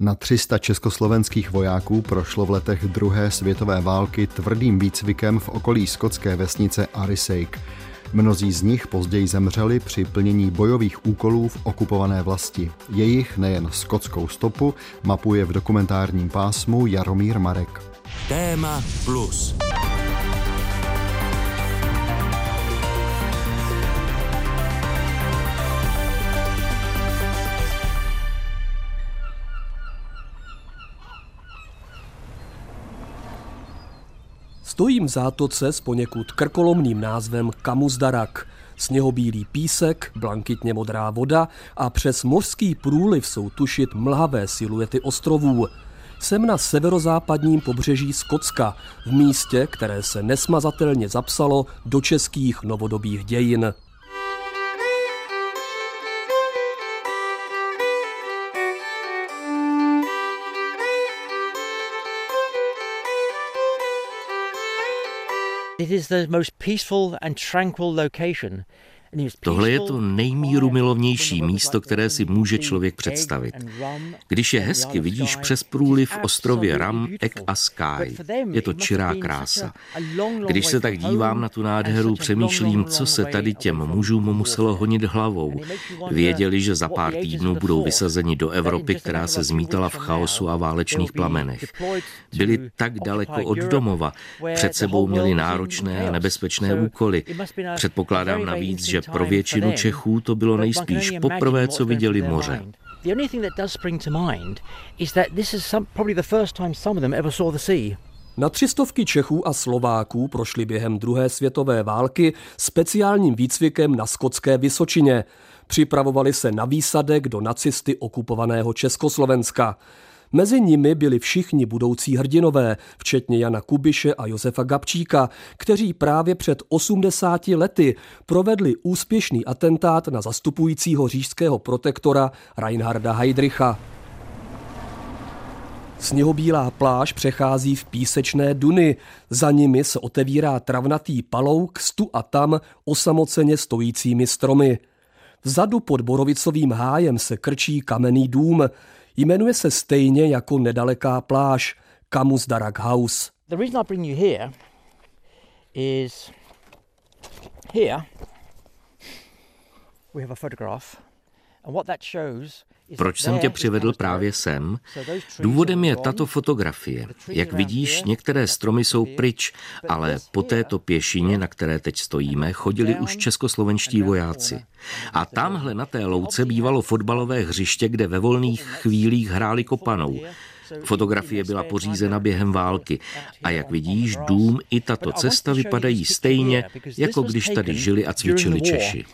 Na 300 československých vojáků prošlo v letech druhé světové války tvrdým výcvikem v okolí skotské vesnice Arisaig. Mnozí z nich později zemřeli při plnění bojových úkolů v okupované vlasti. Jejich nejen skotskou stopu mapuje v dokumentárním pásmu Jaromír Marek. Téma plus. Stojím v zátoce s poněkud krkolomným názvem Camusdarak. Sněhobílý písek, blankitně modrá voda a přes mořský průliv jsou tušit mlhavé siluety ostrovů. Jsem na severozápadním pobřeží Skotska, v místě, které se nesmazatelně zapsalo do českých novodobých dějin. It is the most peaceful and tranquil location. Tohle je to nejmírumilovnější místo, které si může člověk představit. Když je hezky, vidíš přes průliv v ostrově Rum, Egg a Skye. Je to čirá krása. Když se tak dívám na tu nádheru, přemýšlím, co se tady těm mužům muselo honit hlavou. Věděli, že za pár týdnů budou vysazeni do Evropy, která se zmítala v chaosu a válečných plamenech. Byli tak daleko od domova, před sebou měli náročné a nebezpečné úkoly. Předpokládám navíc, že pro většinu Čechů to bylo nejspíš poprvé, co viděli moře. Na 300 Čechů a Slováků prošli během druhé světové války speciálním výcvikem na skotské Vysočině. Připravovali se na výsadek do nacisty okupovaného Československa. Mezi nimi byli všichni budoucí hrdinové, včetně Jana Kubiše a Josefa Gabčíka, kteří právě před 80 lety provedli úspěšný atentát na zastupujícího říšského protektora Reinharda Heydricha. Sněhobílá pláž přechází v písečné duny, za nimi se otevírá travnatý palouk s tu a tam osamoceně stojícími stromy. Vzadu pod borovicovým hájem se krčí kamenný dům. Jmenuje se stejně jako nedaleká pláž, Camusdarak House. The reason I bring you here is here we have a photograph and what that shows. Proč jsem tě přivedl právě sem? Důvodem je tato fotografie. Jak vidíš, některé stromy jsou pryč, ale po této pěšině, na které teď stojíme, chodili už českoslovenští vojáci. A tamhle na té louce bývalo fotbalové hřiště, kde ve volných chvílích hráli kopanou. Fotografie byla pořízena během války a jak vidíš, dům i tato cesta vypadají stejně, jako když tady žili a cvičili Češi.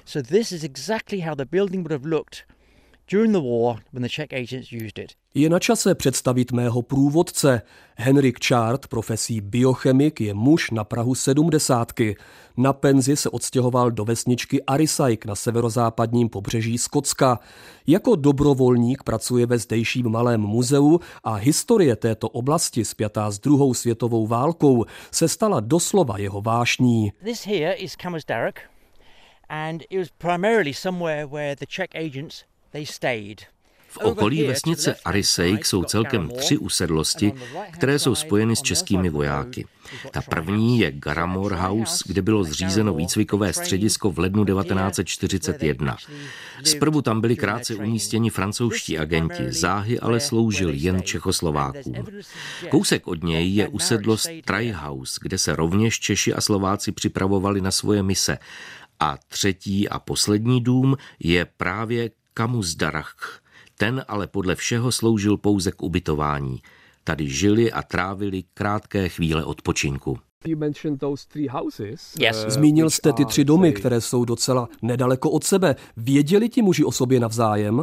Je na čase představit mého průvodce. Henrik Chart, profesí biochemik, je muž na prahu 70. Na penzi se odstěhoval do vesničky Arisaig na severozápadním pobřeží Skotska. Jako dobrovolník pracuje ve zdejším malém muzeu a historie této oblasti spjatá s druhou světovou válkou se stala doslova jeho vášní. This here is Camusdarak and it was primarily somewhere where the Czech agents they stayed. V okolí vesnice Arisaig jsou celkem 3 usedlosti, které jsou spojeny s českými vojáky. Ta první je Garamore House, kde bylo zřízeno výcvikové středisko v lednu 1941. Zprvu tam byli krátce umístěni francouzští agenti, záhy ale sloužil jen Čechoslovákům. Kousek od něj je usedlost Try House, kde se rovněž Češi a Slováci připravovali na svoje mise. A třetí a poslední dům je právě Camusdarak. Ten ale podle všeho sloužil pouze k ubytování. Tady žili a trávili krátké chvíle odpočinku. Zmínil jste ty 3 domy, které jsou docela nedaleko od sebe. Věděli ti muži o sobě navzájem?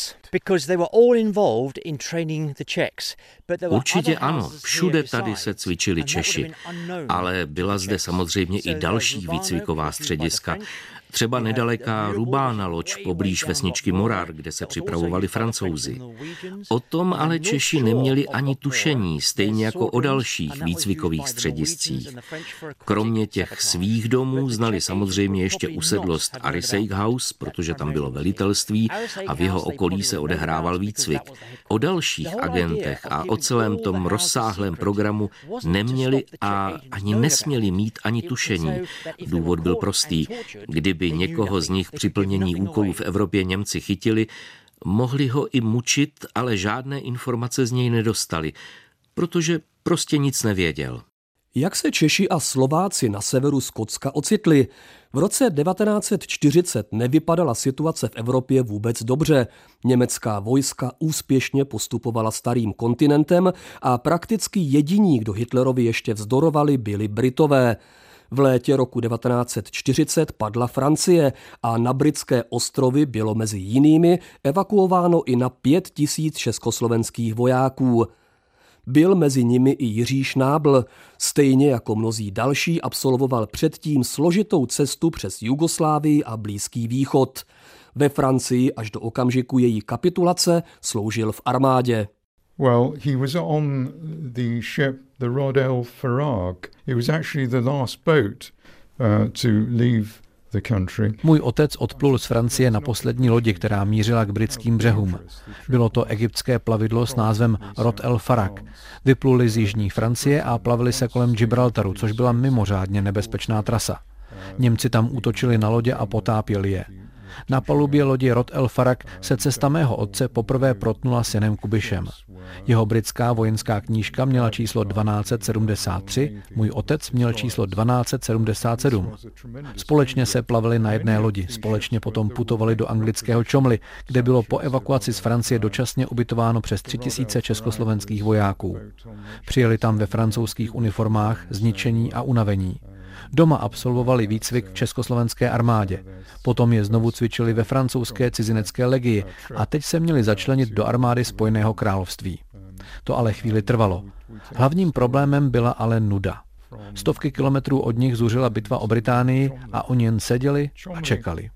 Určitě ano, všude tady se cvičili Češi, ale byla zde samozřejmě i další výcviková střediska. Třeba nedaleká rubána loď poblíž vesničky Morar, kde se připravovali Francouzi. O tom ale Češi neměli ani tušení, stejně jako o dalších výcvikových střediscích. Kromě těch svých domů znali samozřejmě ještě usedlost Arisaig House, protože tam bylo velitelství a v jeho okolí se odehrával výcvik. O dalších agentech a o celém tom rozsáhlém programu neměli a ani nesměli mít ani tušení. Důvod byl prostý. Kdyby někoho z nich při plnění úkolů v Evropě Němci chytili, mohli ho i mučit, ale žádné informace z něj nedostali, protože prostě nic nevěděl. Jak se Češi a Slováci na severu Skotska ocitli? V roce 1940 nevypadala situace v Evropě vůbec dobře. Německá vojska úspěšně postupovala starým kontinentem a prakticky jediní, kdo Hitlerovi ještě vzdorovali, byli Britové. V létě roku 1940 padla Francie a na britské ostrovy bylo mezi jinými evakuováno i na 5 000 československých vojáků. Byl mezi nimi i Jiří Šnábl, stejně jako mnozí další absolvoval předtím složitou cestu přes Jugoslávii a Blízký východ. Ve Francii až do okamžiku její kapitulace sloužil v armádě. Well, he was on the ship, the Rod El Farag. It was actually the last boat to leave the country. Můj otec odplul z Francie na poslední lodi, která mířila k britským břehům. Bylo to egyptské plavidlo s názvem Rod El Farag. Vypluli z jižní Francie a plavili se kolem Gibraltaru, což byla mimořádně nebezpečná trasa. Němci tam útočili na lodě a potápěli je. Na palubě lodi Rod El Farag se cesta mého otce poprvé protnula s Janem Kubišem. Jeho britská vojenská knížka měla číslo 1273, můj otec měl číslo 1277. Společně se plavili na jedné lodi, společně potom putovali do anglického Chomley, kde bylo po evakuaci z Francie dočasně ubytováno přes 3000 československých vojáků. Přijeli tam ve francouzských uniformách, zničení a unavení. Doma absolvovali výcvik v československé armádě. Potom je znovu cvičili ve francouzské cizinecké legii a teď se měli začlenit do armády Spojeného království. To ale chvíli trvalo. Hlavním problémem byla ale nuda. Stovky kilometrů od nich zuřila bitva o Británii a oni jen seděli a čekali.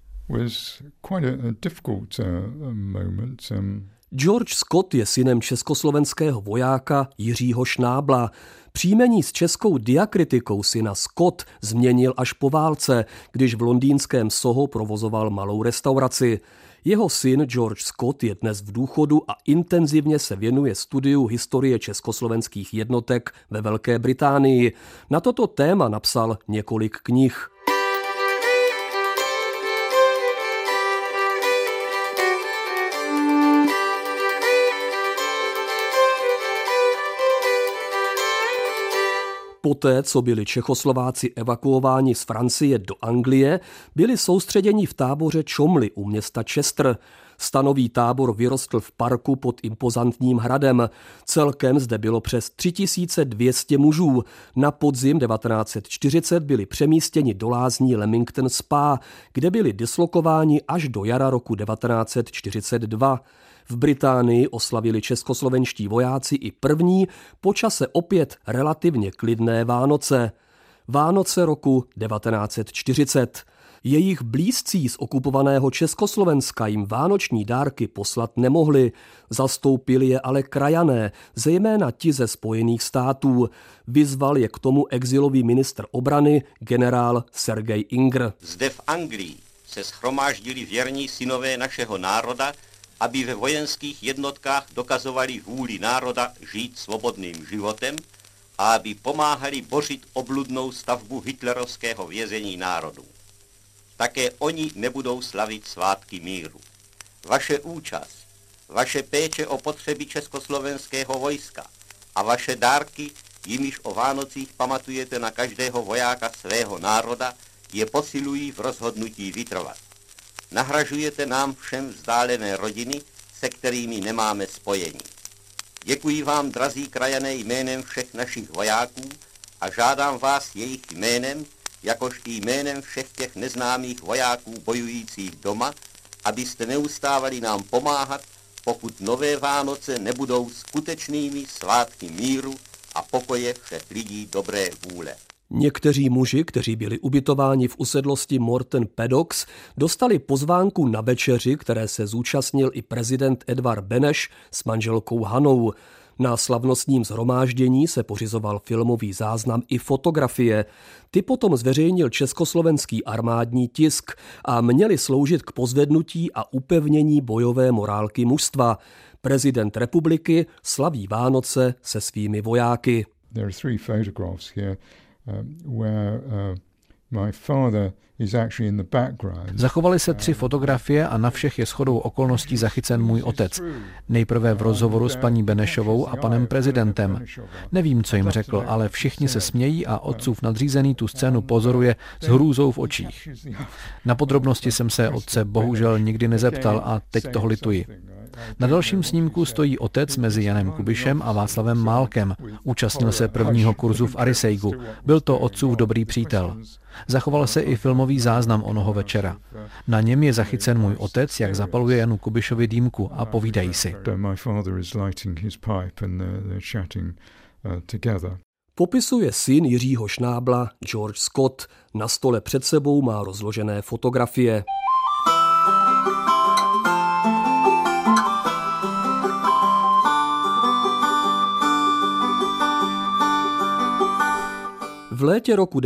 George Scott je synem československého vojáka Jiřího Šnábla. Příjmení s českou diakritikou syna Scott změnil až po válce, když v londýnském Soho provozoval malou restauraci. Jeho syn George Scott je dnes v důchodu a intenzivně se věnuje studiu historie československých jednotek ve Velké Británii. Na toto téma napsal několik knih. Poté, co byli Čechoslováci evakuováni z Francie do Anglie, byli soustředěni v táboře Chomley u města Chester. Stanový tábor vyrostl v parku pod impozantním hradem. Celkem zde bylo přes 3200 mužů. Na podzim 1940 byli přemístěni do lázní Leamington Spa, kde byli dislokováni až do jara roku 1942. V Británii oslavili českoslovenští vojáci i první, po čase opět relativně klidné Vánoce. Vánoce roku 1940. Jejich blízcí z okupovaného Československa jim vánoční dárky poslat nemohli. Zastoupili je ale krajané, zejména ti ze Spojených států. Vyzval je k tomu exilový ministr obrany generál Sergej Ingr. Zde v Anglii se shromáždili věrní synové našeho národa, aby ve vojenských jednotkách dokazovali vůli národa žít svobodným životem a aby pomáhali bořit obludnou stavbu hitlerovského vězení národů. Také oni nebudou slavit svátky míru. Vaše účast, vaše péče o potřeby československého vojska a vaše dárky, jimiž o Vánocích pamatujete na každého vojáka svého národa, je posilují v rozhodnutí vytrvat. Nahražujete nám všem vzdálené rodiny, se kterými nemáme spojení. Děkuji vám, drazí krajané, jménem všech našich vojáků a žádám vás jejich jménem, jakož i jménem všech těch neznámých vojáků bojujících doma, abyste neustávali nám pomáhat, pokud nové Vánoce nebudou skutečnými svátky míru a pokoje všech lidí dobré vůle. Někteří muži, kteří byli ubytováni v usedlosti Morton Paddocks, dostali pozvánku na večeři, které se zúčastnil i prezident Edvard Beneš s manželkou Hanou. Na slavnostním shromáždění se pořizoval filmový záznam i fotografie. Ty potom zveřejnil československý armádní tisk a měly sloužit k pozvednutí a upevnění bojové morálky mužstva. Prezident republiky slaví Vánoce se svými vojáky. There are 3 photographs here where my father is actually in the background. Zachovaly se 3 fotografie a na všech je shodou okolností zachycen můj otec. Nejprve v rozhovoru s paní Benešovou a panem prezidentem. Nevím, co jim řekl, ale všichni se smějí a otcův nadřízený tu scénu pozoruje s hrůzou v očích. Na podrobnosti jsem se otce bohužel nikdy nezeptal a teď toho lituji. Na dalším snímku stojí otec mezi Janem Kubišem a Václavem Málkem. Účastnil se prvního kurzu v Ariseigu. Byl to otcův dobrý přítel. Zachoval se i filmový záznam onoho večera. Na něm je zachycen můj otec, jak zapaluje Janu Kubišovi dýmku a povídají si. Popisuje syn Jiřího Šnábla, George Scott. Na stole před sebou má rozložené fotografie. V létě roku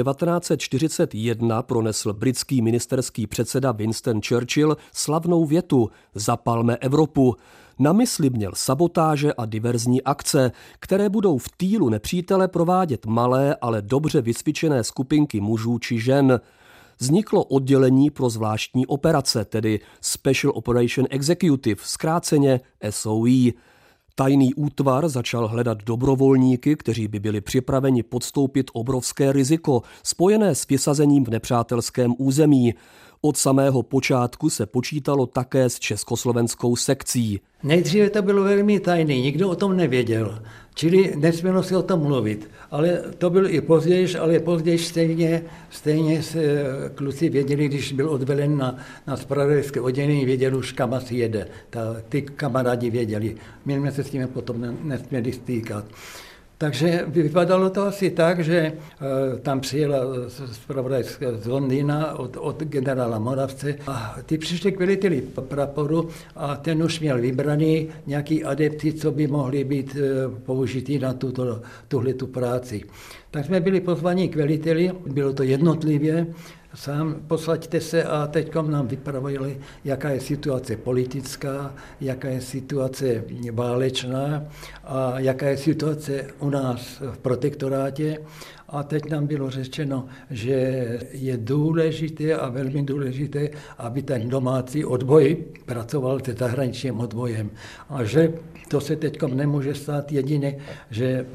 1941 pronesl britský ministerský předseda Winston Churchill slavnou větu "Zapalme Evropu". Na mysli měl sabotáže a diverzní akce, které budou v týlu nepřítele provádět malé, ale dobře vycvičené skupinky mužů či žen. Vzniklo oddělení pro zvláštní operace, tedy Special Operation Executive, zkráceně SOE. Tajný útvar začal hledat dobrovolníky, kteří by byli připraveni podstoupit obrovské riziko, spojené s vysazením v nepřátelském území. Od samého počátku se počítalo také s československou sekcí. Nejdříve to bylo velmi tajný, nikdo o tom nevěděl, čili nesmělo se o tom mluvit. Ale to bylo i později, ale později stejně se kluci věděli, když byl odvelen na zpravodajské oddělení, věděli už, kam asi jede. Ty kamarádi věděli. My jsme se s tím potom nesměli stýkat. Takže vypadalo to asi tak, že tam přijela zpravodajská z Londýna od generála Moravce a ty přišli k veliteli praporu a ten už měl vybraný nějaký adepty, co by mohli být použitý na tuhletu práci. Tak jsme byli pozvaní k veliteli, bylo to jednotlivě, sám poslaďte se a teď nám vypravili, jaká je situace politická, jaká je situace válečná a jaká je situace u nás v protektorátě. A teď nám bylo řečeno, že je důležité a velmi důležité, aby ten domácí odboj pracoval se zahraničním odbojem. A že to se teď nemůže stát jedině, že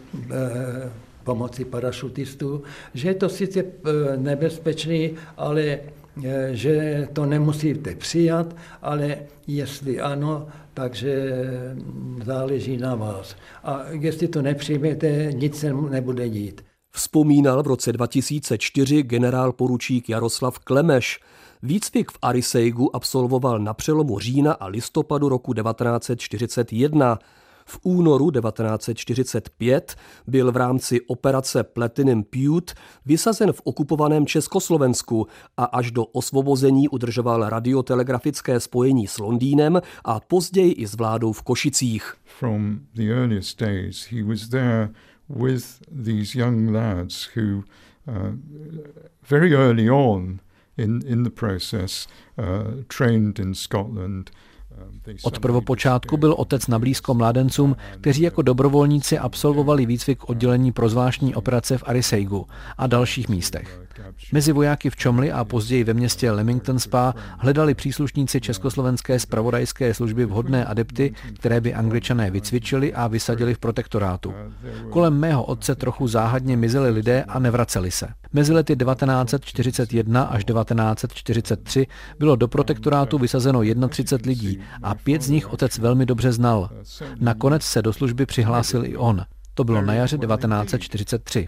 pomocí parašutistů, že je to sice nebezpečný, ale že to nemusíte přijat, ale jestli ano, takže záleží na vás. A jestli to nepřijmete, nic se nebude dít. Vzpomínal v roce 2004 generál poručík Jaroslav Klemeš. Výcvik v Ariseigu absolvoval na přelomu října a listopadu roku 1941. V únoru 1945 byl v rámci operace Platinum Pute vysazen v okupovaném Československu a až do osvobození udržoval radiotelegrafické spojení s Londýnem a později i s vládou v Košicích. From the earliest days he was there with these young lads who very early on in the process trained in Scotland. Od prvopočátku byl otec nablízko mládencům, kteří jako dobrovolníci absolvovali výcvik oddělení pro zvláštní operace v Ariseigu a dalších místech. Mezi vojáky v Čomli a později ve městě Leamington Spa hledali příslušníci československé zpravodajské služby vhodné adepty, které by Angličané vycvičili a vysadili v protektorátu. Kolem mého otce trochu záhadně mizeli lidé a nevraceli se. Mezi lety 1941 až 1943 bylo do protektorátu vysazeno 31 lidí a 5 z nich otec velmi dobře znal. Nakonec se do služby přihlásil i on. To bylo na jaře 1943.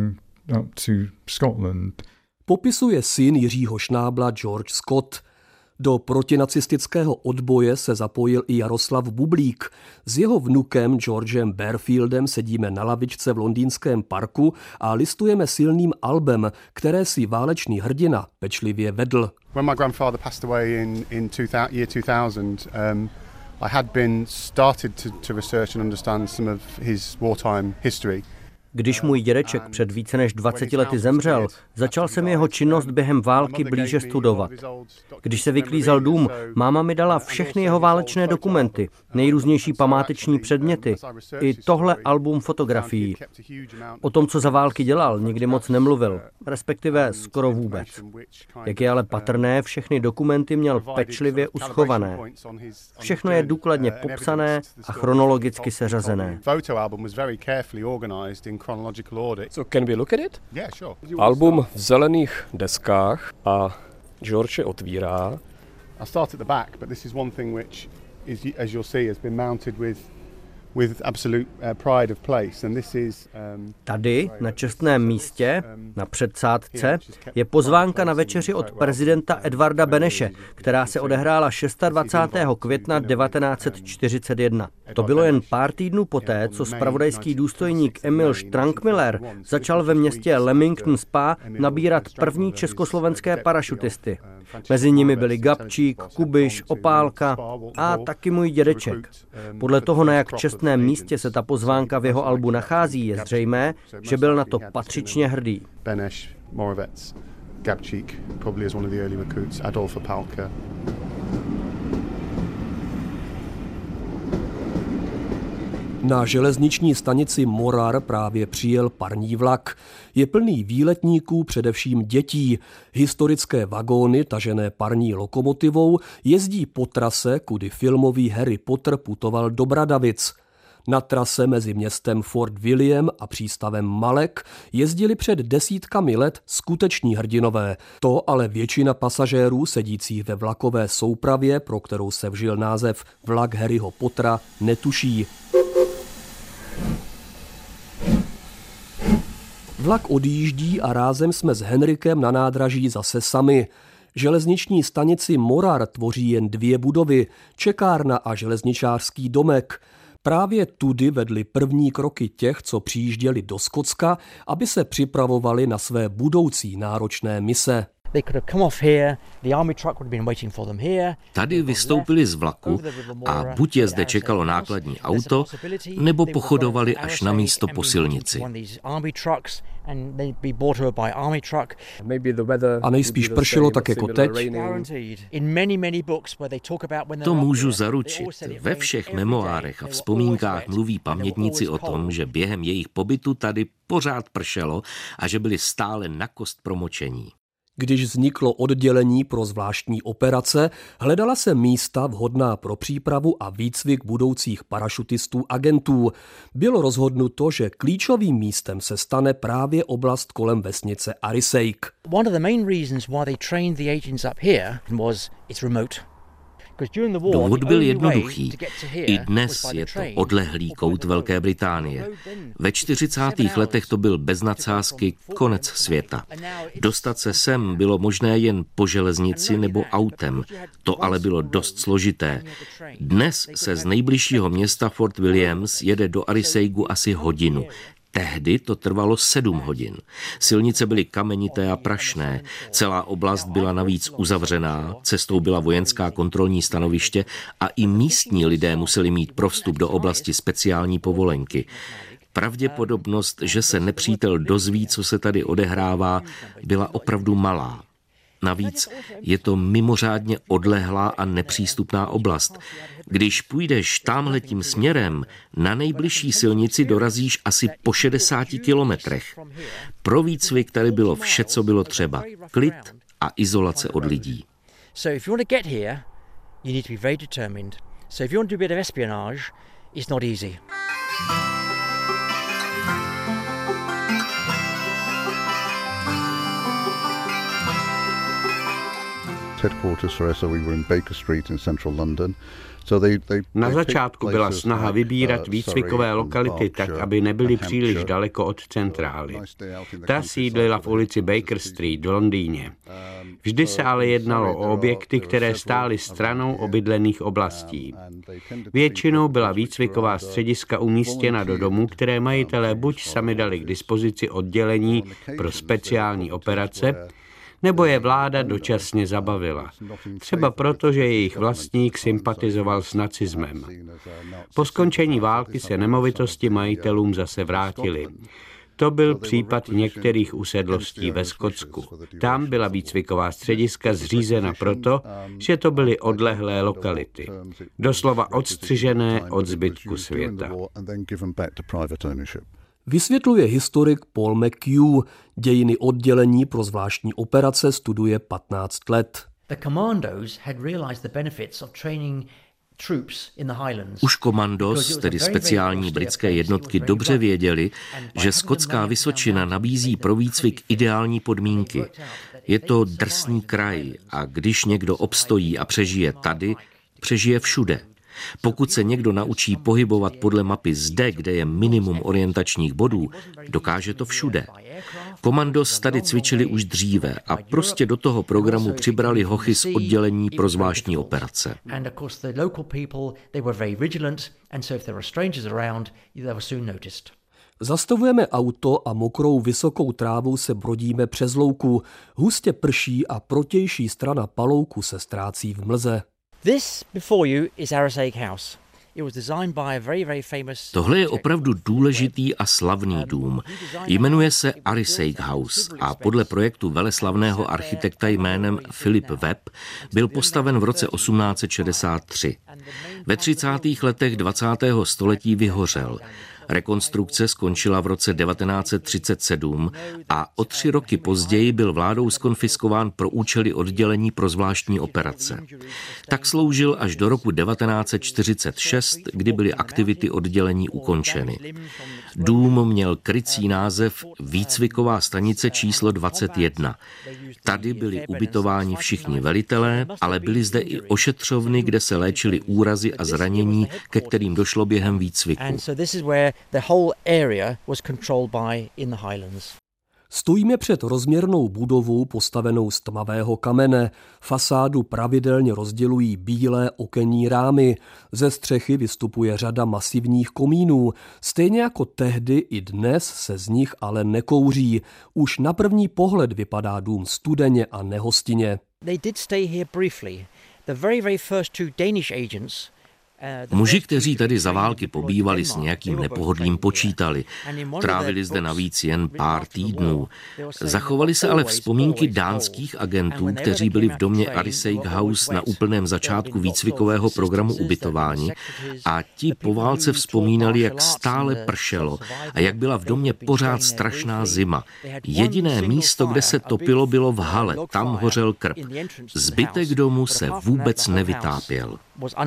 Popisuje syn Jiřího Šnábla George Scott. Do protinacistického odboje se zapojil i Jaroslav Bublík. S jeho vnukem Georgem Barefieldem sedíme na lavičce v londýnském parku a listujeme silným albem, které si válečný hrdina pečlivě vedl. When my grandfather passed away in year 2000, I had been started to research and understand some of his wartime history. Když můj dědeček před více než 20 lety zemřel, začal jsem jeho činnost během války blíže studovat. Když se vyklízal dům, máma mi dala všechny jeho válečné dokumenty, nejrůznější památeční předměty, i tohle album fotografií. O tom, co za války dělal, nikdy moc nemluvil, respektive skoro vůbec. Jak je ale patrné, všechny dokumenty měl pečlivě uschované. Všechno je důkladně popsané a chronologicky seřazené. So can we look at it? Album v zelených deskách a George je otvírá. I'll start at the back, but this is one thing which is, as you'll see, has been mounted with absolute pride of place, and this is Tady, na čestném místě, na předsádce, je pozvánka na večeři od prezidenta Edvarda Beneše, která se odehrála 26. května 1941. To bylo jen pár týdnů poté, co zpravodajský důstojník Emil Strankmiller začal ve městě Leamington Spa nabírat první československé parašutisty. Mezi nimi byli Gabčík, Kubiš, Opálka a taky můj dědeček. Podle toho, na jak čestném místě se ta pozvánka v jeho albu nachází, je zřejmé, že byl na to patřičně hrdý. Beneš, Moravec, Gabčík, probably as one of the early recruits, Adolf Opálka. Na železniční stanici Morar právě přijel parní vlak. Je plný výletníků, především dětí. Historické vagóny, tažené parní lokomotivou, jezdí po trase, kudy filmový Harry Potter putoval do Bradavic. Na trase mezi městem Fort William a přístavem Malek jezdili před desítkami let skuteční hrdinové. To ale většina pasažérů sedících ve vlakové soupravě, pro kterou se vžil název Vlak Harryho Pottera, netuší. Vlak odjíždí a rázem jsme s Henrikem na nádraží zase sami. Železniční stanici Morar tvoří jen 2 budovy, čekárna a železničářský domek. Právě tudy vedly první kroky těch, co přijížděli do Skotska, aby se připravovali na své budoucí náročné mise. Tady vystoupili z vlaku a buď je zde čekalo nákladní auto, nebo pochodovali až na místo po silnici. A nejspíš pršelo tak jako teď. To můžu zaručit. Ve všech memoárech a vzpomínkách mluví pamětníci o tom, že během jejich pobytu tady pořád pršelo a že byli stále na kost promočení. Když vzniklo oddělení pro zvláštní operace, hledala se místa vhodná pro přípravu a výcvik budoucích parašutistů agentů. Bylo rozhodnuto, že klíčovým místem se stane právě oblast kolem vesnice Arisaig. One of the main reasons why they trained the agents up here was it's remote. Důvod byl jednoduchý. I dnes je to odlehlý kout Velké Británie. Ve 40. letech to byl bez nadsázky konec světa. Dostat se sem bylo možné jen po železnici nebo autem. To ale bylo dost složité. Dnes se z nejbližšího města Fort Williams jede do Arisaigu asi hodinu. Tehdy to trvalo 7 hodin. Silnice byly kamenité a prašné, celá oblast byla navíc uzavřená, cestou byla vojenská kontrolní stanoviště a i místní lidé museli mít pro vstup do oblasti speciální povolenky. Pravděpodobnost, že se nepřítel dozví, co se tady odehrává, byla opravdu malá. Navíc je to mimořádně odlehlá a nepřístupná oblast. Když půjdeš támhletím směrem, na nejbližší silnici dorazíš asi po 60 kilometrech. Pro výcvik tady bylo vše, co bylo třeba. Klid a izolace od lidí. So if you want to get here, you need to be very determined. So if you want to do a bit of espionage, it's not easy. headquarters for SOE were in Baker Street in central London. Na začátku byla snaha vybírat výcvikové lokality tak, aby nebyly příliš daleko od centrály. Ta sídlila v ulici Baker Street v Londýně. Vždy se ale jednalo o objekty, které stály stranou obydlených oblastí. Většinou byla výcviková střediska umístěna do domů, které majitelé buď sami dali k dispozici oddělení pro speciální operace, nebo je vláda dočasně zabavila. Třeba proto, že jejich vlastník sympatizoval s nacismem. Po skončení války se nemovitosti majitelům zase vrátily. To byl případ některých usedlostí ve Skotsku. Tam byla výcviková střediska zřízena proto, že to byly odlehlé lokality. Doslova odstřižené od zbytku světa. Vysvětluje historik Paul McHugh. Dějiny oddělení pro zvláštní operace studuje 15 let. Už komandos, tedy speciální britské jednotky, dobře věděli, že skotská Vysočina nabízí pro výcvik ideální podmínky. Je to drsný kraj a když někdo obstojí a přežije tady, přežije všude. Pokud se někdo naučí pohybovat podle mapy zde, kde je minimum orientačních bodů, dokáže to všude. Komandos tady cvičili už dříve a prostě do toho programu přibrali hochy z oddělení pro zvláštní operace. Zastavujeme auto a mokrou vysokou trávou se brodíme přes louku. Hustě prší a protější strana palouku se ztrácí v mlze. Tohle je opravdu důležitý a slavný dům. Jmenuje se Arisaig House a podle projektu veleslavného architekta jménem Philip Webb byl postaven v roce 1863. Ve 30. letech 20. století vyhořel. Rekonstrukce skončila v roce 1937 a o 3 roky později byl vládou zkonfiskován pro účely oddělení pro zvláštní operace. Tak sloužil až do roku 1946, kdy byly aktivity oddělení ukončeny. Dům měl krycí název Výcviková stanice číslo 21. Tady byli ubytováni všichni velitelé, ale byly zde i ošetřovny, kde se léčily úrazy a zranění, ke kterým došlo během výcviku. Stojíme před rozměrnou budovou postavenou z tmavého kamene. Fasádu pravidelně rozdělují bílé okenní rámy. Ze střechy vystupuje řada masivních komínů. Stejně jako tehdy i dnes se z nich ale nekouří. Už na první pohled vypadá dům studeně a nehostinně. Muži, kteří tady za války pobývali, s nějakým nepohodlím počítali. Trávili zde navíc jen pár týdnů. Zachovaly se ale vzpomínky dánských agentů, kteří byli v domě Arisaig House na úplném začátku výcvikového programu ubytování a ti po válce vzpomínali, jak stále pršelo a jak byla v domě pořád strašná zima. Jediné místo, kde se topilo, bylo v hale, tam hořel krb. Zbytek domu se vůbec nevytápěl.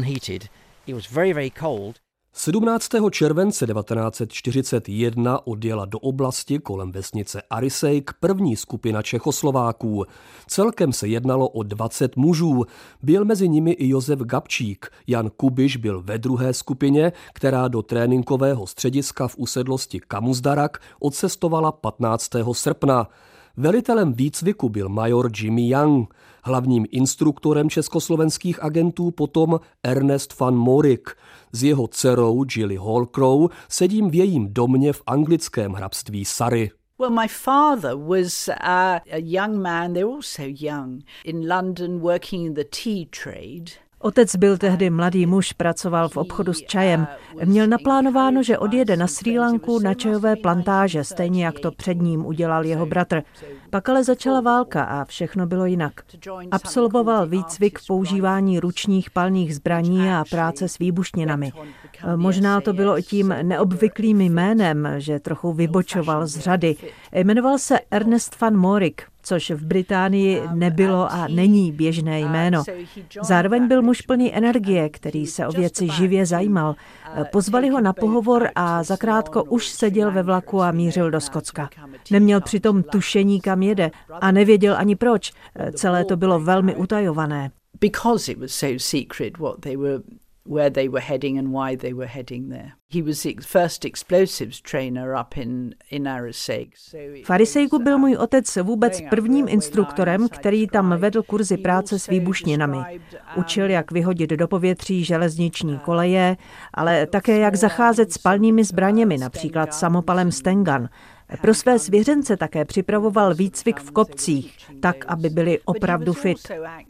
17. července 1941 odjela do oblasti kolem vesnice Arisaig první skupina Čechoslováků. Celkem se jednalo o 20 mužů. Byl mezi nimi i Josef Gabčík. Jan Kubiš byl ve druhé skupině, která do tréninkového střediska v usedlosti Kamuzdarak odcestovala 15. srpna. Velitelem výcviku byl major Jimmy Young, hlavním instruktorem československých agentů potom Ernest van Morik. S jeho dcerou Jilly Hallcrow sedím v jejím domě v anglickém hrabství Surrey. Well, my father was a young man, they're all so young, in London working in the tea trade. Otec byl tehdy mladý muž, pracoval v obchodu s čajem. Měl naplánováno, že odjede na Srí Lanku na čajové plantáže, stejně jak to před ním udělal jeho bratr. Pak ale začala válka a všechno bylo jinak. Absolvoval výcvik v používání ručních palných zbraní a práce s výbušninami. Možná to bylo i tím neobvyklým jménem, že trochu vybočoval z řady. Jmenoval se Ernest van Morik, což v Británii nebylo a není běžné jméno. Zároveň byl muž plný energie, který se o věci živě zajímal. Pozvali ho na pohovor a zakrátko už seděl ve vlaku a mířil do Skotska. Neměl přitom tušení, kam jede a nevěděl ani proč. Celé to bylo velmi utajované. Because it was so secret where they were heading and why they were heading there. He was the first explosives trainer up in Arisaig. V Arisaigu byl můj otec vůbec prvním instruktorem, který tam vedl kurzy práce s výbušninami. Učil, jak vyhodit do povětří železniční koleje, ale také jak zacházet s palnými zbraněmi, například samopalem Stengan. Pro své svěřence také připravoval výcvik v kopcích, tak, aby byli opravdu fit.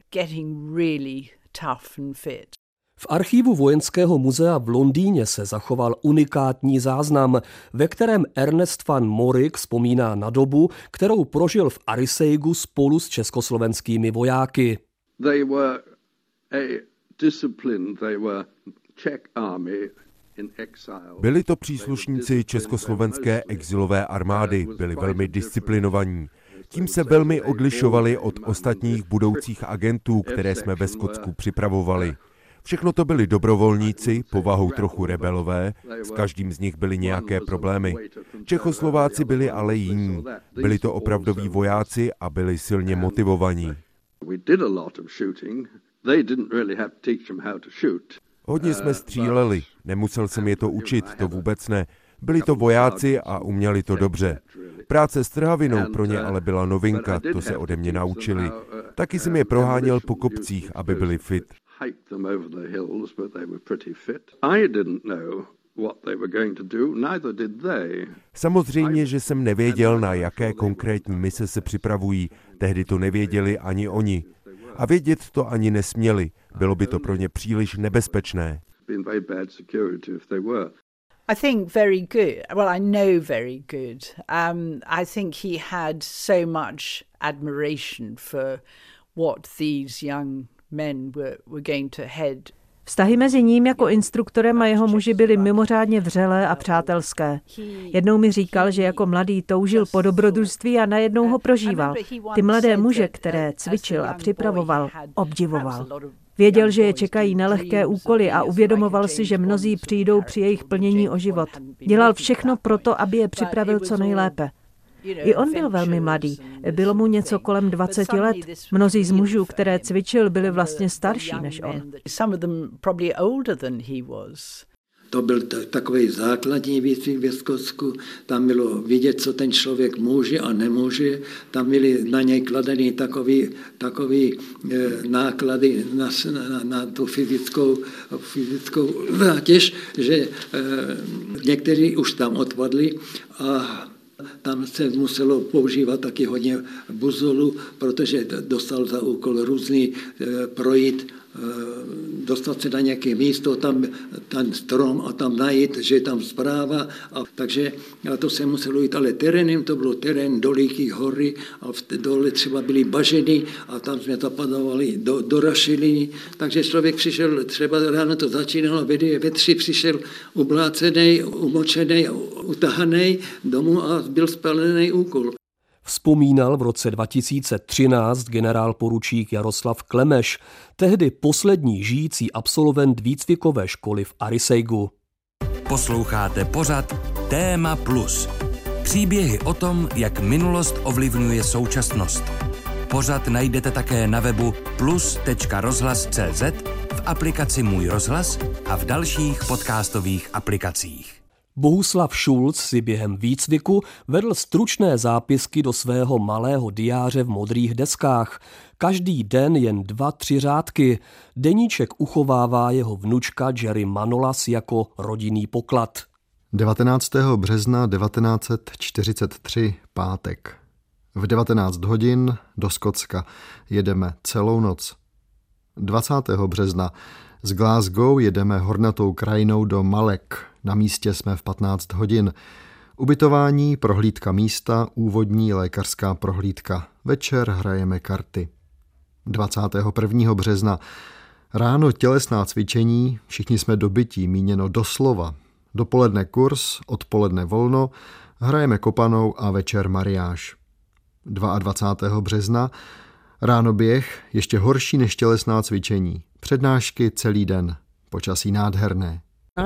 V archivu Vojenského muzea v Londýně se zachoval unikátní záznam, ve kterém Ernest van Morik vzpomíná na dobu, kterou prožil v Arisaigu spolu s československými vojáky. Byli to příslušníci československé exilové armády, byli velmi disciplinovaní. Tím se velmi odlišovali od ostatních budoucích agentů, které jsme ve Skotsku připravovali. Všechno to byli dobrovolníci, povahou trochu rebelové, s každým z nich byly nějaké problémy. Čechoslováci byli ale jiní. Byli to opravdoví vojáci a byli silně motivovaní. Hodně jsme stříleli, nemusel jsem je to učit, to vůbec ne. Byli to vojáci a uměli to dobře. Práce s trhavinou pro ně ale byla novinka, to se ode mě naučili. Taky jsem je proháněl po kopcích, aby byli fit. Samozřejmě, že jsem nevěděl, na jaké konkrétní mise se připravují. Tehdy to nevěděli ani oni. A vědět to ani nesměli. Bylo by to pro ně příliš nebezpečné. I think very good. Well, I know very good. I think he had so much admiration for what these young men were going to head. Vztahy mezi ním jako instruktorem a jeho muži byly mimořádně vřelé a přátelské. Jednou mi říkal, že jako mladý toužil po dobrodružství a najednou ho prožíval. Ty mladé muže, které cvičil a připravoval, obdivoval. Věděl, že je čekají nelehké úkoly a uvědomoval si, že mnozí přijdou při jejich plnění o život. Dělal všechno proto, aby je připravil co nejlépe. I on byl velmi mladý, bylo mu něco kolem 20 let. Mnozí z mužů, které cvičil, byli vlastně starší než on. To byl takový základní výcvik ve Skotsku, tam bylo vidět, co ten člověk může a nemůže, tam byly na něj kladeny takový náklady na tu fyzickou zátěž, že někteří už tam odpadli a tam se muselo používat taky hodně buzolu, protože dostal za úkol různý projít, dostat se na nějaké místo, tam ten strom a tam najít, že je tam zpráva. Takže to se muselo jít, ale terénem to bylo terén Dolíky hory a dole třeba byly baženy a tam jsme zapadovali do rašeliny. Takže člověk přišel, třeba ráno to začínalo, ve 3 přišel ublácený, umočený, utahaný domů a byl spálený úkol. Vzpomínal v roce 2013 generál poručík Jaroslav Klemeš, tehdy poslední žijící absolvent výcvikové školy v Arisaigu. Posloucháte pořad Téma Plus. Příběhy o tom, jak minulost ovlivňuje současnost. Pořad najdete také na webu plus.rozhlas.cz, v aplikaci Můj rozhlas a v dalších podcastových aplikacích. Bohuslav Schulz si během výcviku vedl stručné zápisky do svého malého diáře v modrých deskách. Každý den jen 2-3 řádky. Deníček uchovává jeho vnučka Jerry Manolas jako rodinný poklad. 19. března 1943, pátek. V 19 hodin do Skotska. Jedeme celou noc. 20. března z Glasgow jedeme hornatou krajinou do Malek. Na místě jsme v 15 hodin. Ubytování, prohlídka místa, úvodní lékařská prohlídka. Večer hrajeme karty. 21. března. Ráno tělesná cvičení, všichni jsme dobití, míněno doslova. Dopoledne kurz, odpoledne volno, hrajeme kopanou a večer mariáž. 22. března. Ráno běh, ještě horší než tělesná cvičení. Přednášky celý den. Počasí nádherné.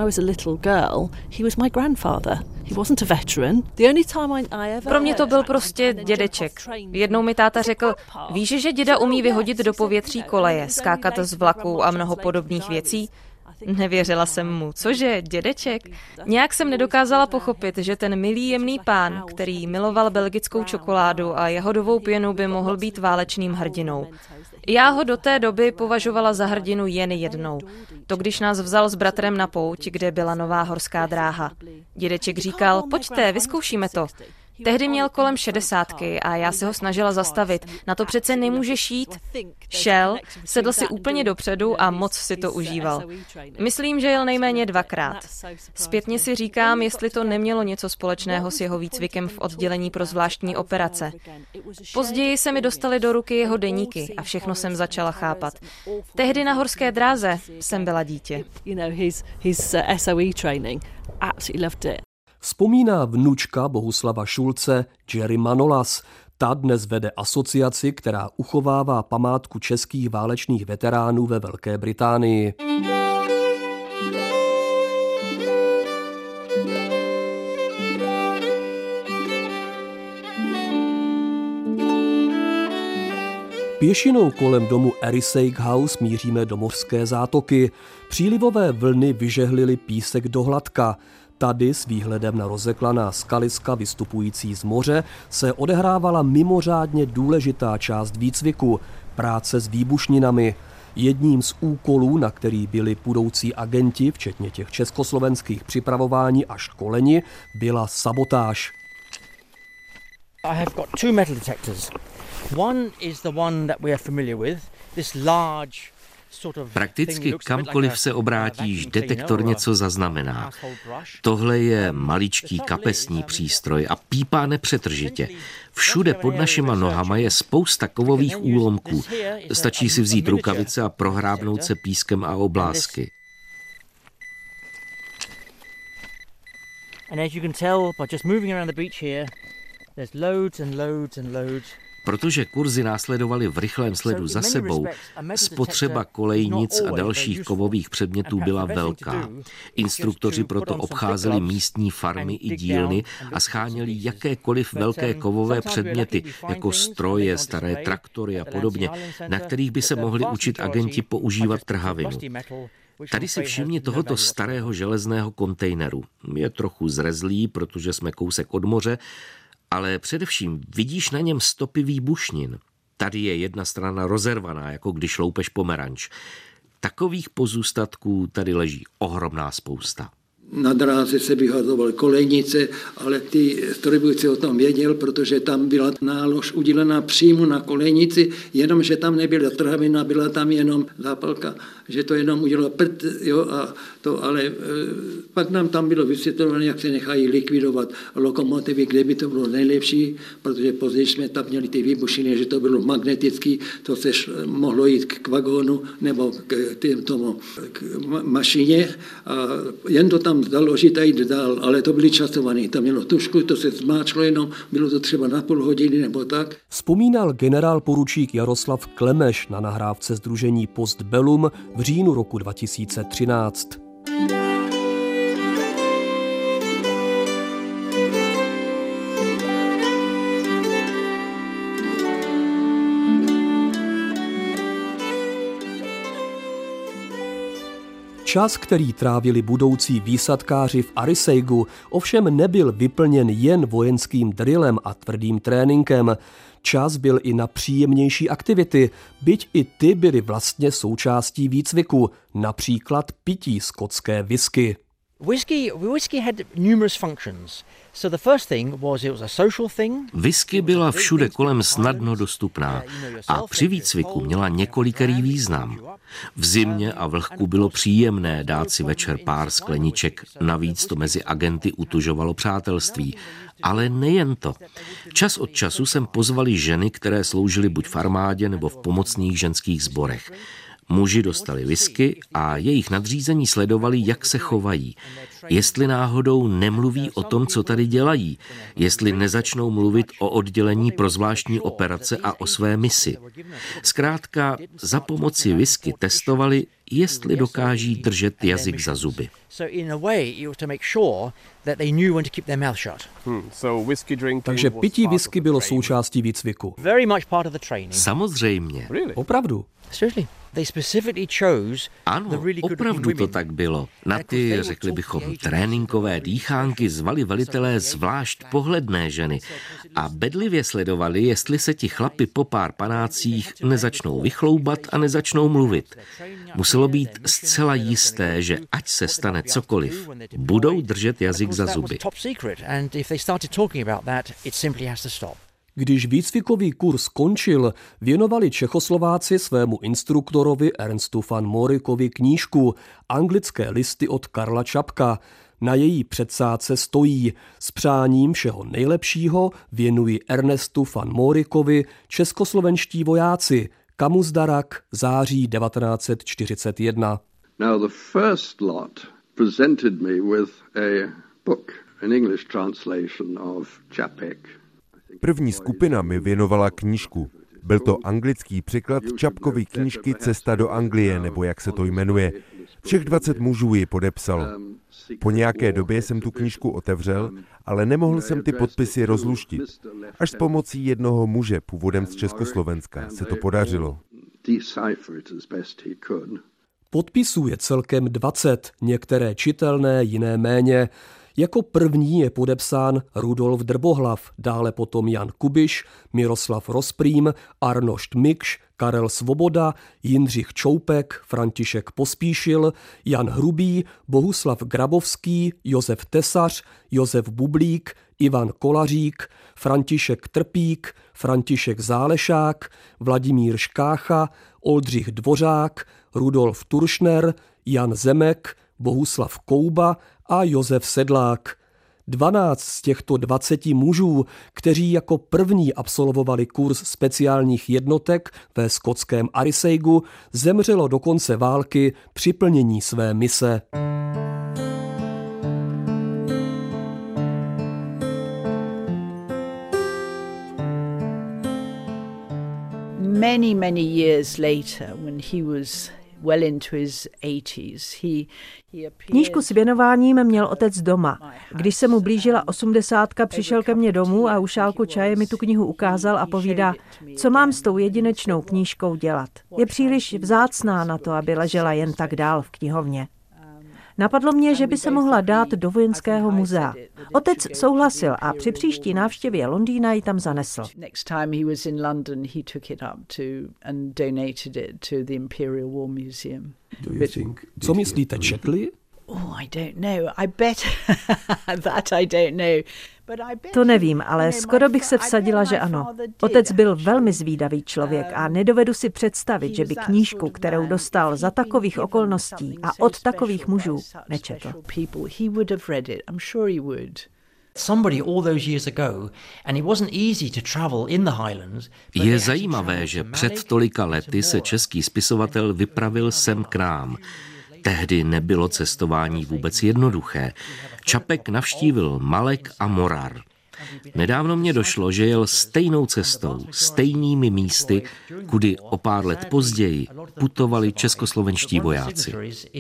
Pro mě to byl prostě dědeček. Jednou mi táta řekl, víš, že děda umí vyhodit do povětří koleje, skákat z vlaku a mnoho podobných věcí? Nevěřila jsem mu. Cože, dědeček? Nějak jsem nedokázala pochopit, že ten milý jemný pán, který miloval belgickou čokoládu a jahodovou pěnu, by mohl být válečným hrdinou. Já ho do té doby považovala za hrdinu jen jednou. To, když nás vzal s bratrem na pouť, kde byla nová horská dráha. Dědeček říkal, pojďte, vyzkoušíme to. Tehdy měl kolem 60 a já se ho snažila zastavit. Na to přece nemůžeš jít. Šel, sedl si úplně dopředu a moc si to užíval. Myslím, že jel nejméně 2krát. Zpětně si říkám, jestli to nemělo něco společného s jeho výcvikem v oddělení pro zvláštní operace. Později se mi dostaly do ruky jeho deníky a všechno jsem začala chápat. Tehdy na horské dráze jsem byla dítě. Vzpomíná vnučka Bohuslava Šulce Jerry Manolas. Ta dnes vede asociaci, která uchovává památku českých válečných veteránů ve Velké Británii. Pěšinou kolem domu Arisaig House míříme do mořské zátoky. Přílivové vlny vyžehlily písek do hladka. Tady s výhledem na rozeklaná skaliska vystupující z moře se odehrávala mimořádně důležitá část výcviku, práce s výbušninami. Jedním z úkolů, na který byli budoucí agenti, včetně těch československých, připravováni a školeni, byla sabotáž. I have got 2 metal detectors. One is the one that we are familiar with, this large. Prakticky kamkoliv se obrátíš, detektor něco zaznamená. Tohle je maličký kapesní přístroj a pípá nepřetržitě. Všude pod našima nohama je spousta kovových úlomků. Stačí si vzít rukavice a prohrábnout se pískem a oblásky. Protože kurzy následovaly v rychlém sledu za sebou, spotřeba kolejnic a dalších kovových předmětů byla velká. Instruktoři proto obcházeli místní farmy i dílny a scháněli jakékoliv velké kovové předměty, jako stroje, staré traktory a podobně, na kterých by se mohli učit agenti používat trhavinu. Tady si všimni tohoto starého železného kontejneru. Je trochu zrezlý, protože jsme kousek od moře, ale především vidíš na něm stopy výbušnin. Tady je jedna strana rozervaná, jako když šloupeš pomeranč. Takových pozůstatků tady leží ohromná spousta. Na dráze se vyhazovaly kolejnice, ale ty strojvůdce o tom věděl, protože tam byla nálož udělená přímo na kolejnici, jenomže tam nebyla trhavina, byla tam jenom zápalka, že to jenom udělalo prd, jo, a to, ale pak nám tam bylo vysvětleno, jak se nechají likvidovat lokomotivy, kde by to bylo nejlepší, protože později jsme tam měli ty výbušiny, že to bylo magnetický, to se mohlo jít k vagónu nebo k mašině a jen to tam založit a jít dál, ale to byly časované. Tam mělo tušku, to se zmáčklo jenom, bylo to třeba na půl hodiny nebo tak. Vzpomínal generál poručík Jaroslav Klemeš na nahrávce sdružení Postbellum v říjnu roku 2013. Čas, který trávili budoucí výsadkáři v Arisaigu, ovšem nebyl vyplněn jen vojenským drillem a tvrdým tréninkem. Čas byl i na příjemnější aktivity, byť i ty byly vlastně součástí výcviku, například pití skotské whisky. Whisky had numerous functions. So the first thing was it was a social thing. Whisky byla všude kolem snadno dostupná a při výcviku měla několikerý význam. V zimě a vlhku bylo příjemné dát si večer pár skleniček, navíc to mezi agenty utužovalo přátelství. Ale nejen to. Čas od času sem pozvali ženy, které sloužily buď v armádě nebo v pomocných ženských sborech. Muži dostali whisky a jejich nadřízení sledovali, jak se chovají. Jestli náhodou nemluví o tom, co tady dělají, jestli nezačnou mluvit o oddělení pro zvláštní operace a o své misi. Zkrátka za pomoci whisky testovali, jestli dokáží držet jazyk za zuby. Takže pití whisky bylo součástí výcviku. Samozřejmě. Opravdu. Ano, opravdu to tak bylo. Na ty, řekli bychom, tréninkové dýchánky zvali velitelé zvlášť pohledné ženy a bedlivě sledovali, jestli se ti chlapi po pár panácích nezačnou vychloubat a nezačnou mluvit. Muselo být zcela jisté, že ať se stane cokoliv, budou držet jazyk za zuby. Když výcvikový kurz skončil, věnovali Čechoslováci svému instruktorovi Ernstu van Morikovi knížku Anglické listy od Karla Čapka. Na její předsádce stojí: s přáním všeho nejlepšího věnují Ernestu van Morikovi českoslovenští vojáci. Kamusdarak, září 1941. Now the first lot presented me with a book, an English translation of Čapek. První skupina mi věnovala knížku. Byl to anglický překlad Čapkovy knížky Cesta do Anglie, nebo jak se to jmenuje. Všech 20 mužů ji podepsalo. Po nějaké době jsem tu knížku otevřel, ale nemohl jsem ty podpisy rozluštit. Až s pomocí jednoho muže původem z Československa se to podařilo. Podpisů je celkem 20, některé čitelné, jiné méně. Jako první je podepsán Rudolf Drbohlav, dále potom Jan Kubiš, Miroslav Rosprým, Arnošt Mikš, Karel Svoboda, Jindřich Čoupek, František Pospíšil, Jan Hrubý, Bohuslav Grabovský, Josef Tesař, Josef Bublík, Ivan Kolařík, František Trpík, František Zálešák, Vladimír Škácha, Oldřich Dvořák, Rudolf Turšner, Jan Zemek, Bohuslav Kouba a Josef Sedlák. 12 z těchto 20 mužů, kteří jako první absolvovali kurz speciálních jednotek ve skotském Ariseigu, zemřelo do konce války při plnění své mise. Many years later, when he was well into his 80s, Knížku s věnováním měl otec doma. Když se mu blížila 80, přišel ke mně domů a u šálku čaje mi tu knihu ukázal a povídá, co mám s tou jedinečnou knížkou dělat. Je příliš vzácná na to, aby ležela jen tak dál v knihovně. Napadlo mě, že by se mohla dát do vojenského muzea. Otec souhlasil a při příští návštěvě Londýna ji tam zanesl. Co myslíte, četli? To nevím, ale skoro bych se vsadila, že ano. Otec byl velmi zvídavý člověk a nedovedu si představit, že by knížku, kterou dostal za takových okolností a od takových mužů, nečetl. Je zajímavé, že před tolika lety se český spisovatel vypravil sem k nám. Tehdy nebylo cestování vůbec jednoduché. Čapek navštívil Malek a Morar. Nedávno mě došlo, že jel stejnou cestou, stejnými místy, kudy o pár let později putovali českoslovenští vojáci.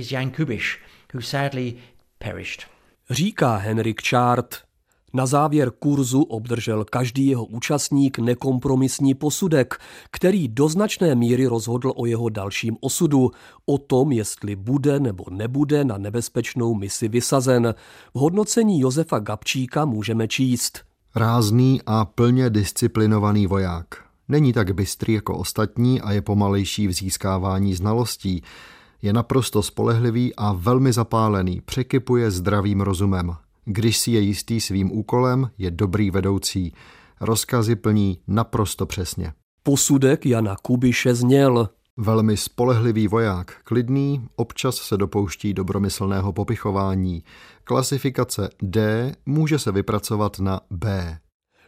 Říká Henrik Čárt. Na závěr kurzu obdržel každý jeho účastník nekompromisní posudek, který do značné míry rozhodl o jeho dalším osudu, o tom, jestli bude nebo nebude na nebezpečnou misi vysazen. V hodnocení Josefa Gabčíka můžeme číst: rázný a plně disciplinovaný voják. Není tak bystrý jako ostatní a je pomalejší v získávání znalostí. Je naprosto spolehlivý a velmi zapálený, překypuje zdravým rozumem. Když si je jistý svým úkolem, je dobrý vedoucí. Rozkazy plní naprosto přesně. Posudek Jana Kubiše zněl: velmi spolehlivý voják, klidný, občas se dopouští dobromyslného popichování. Klasifikace D může se vypracovat na B.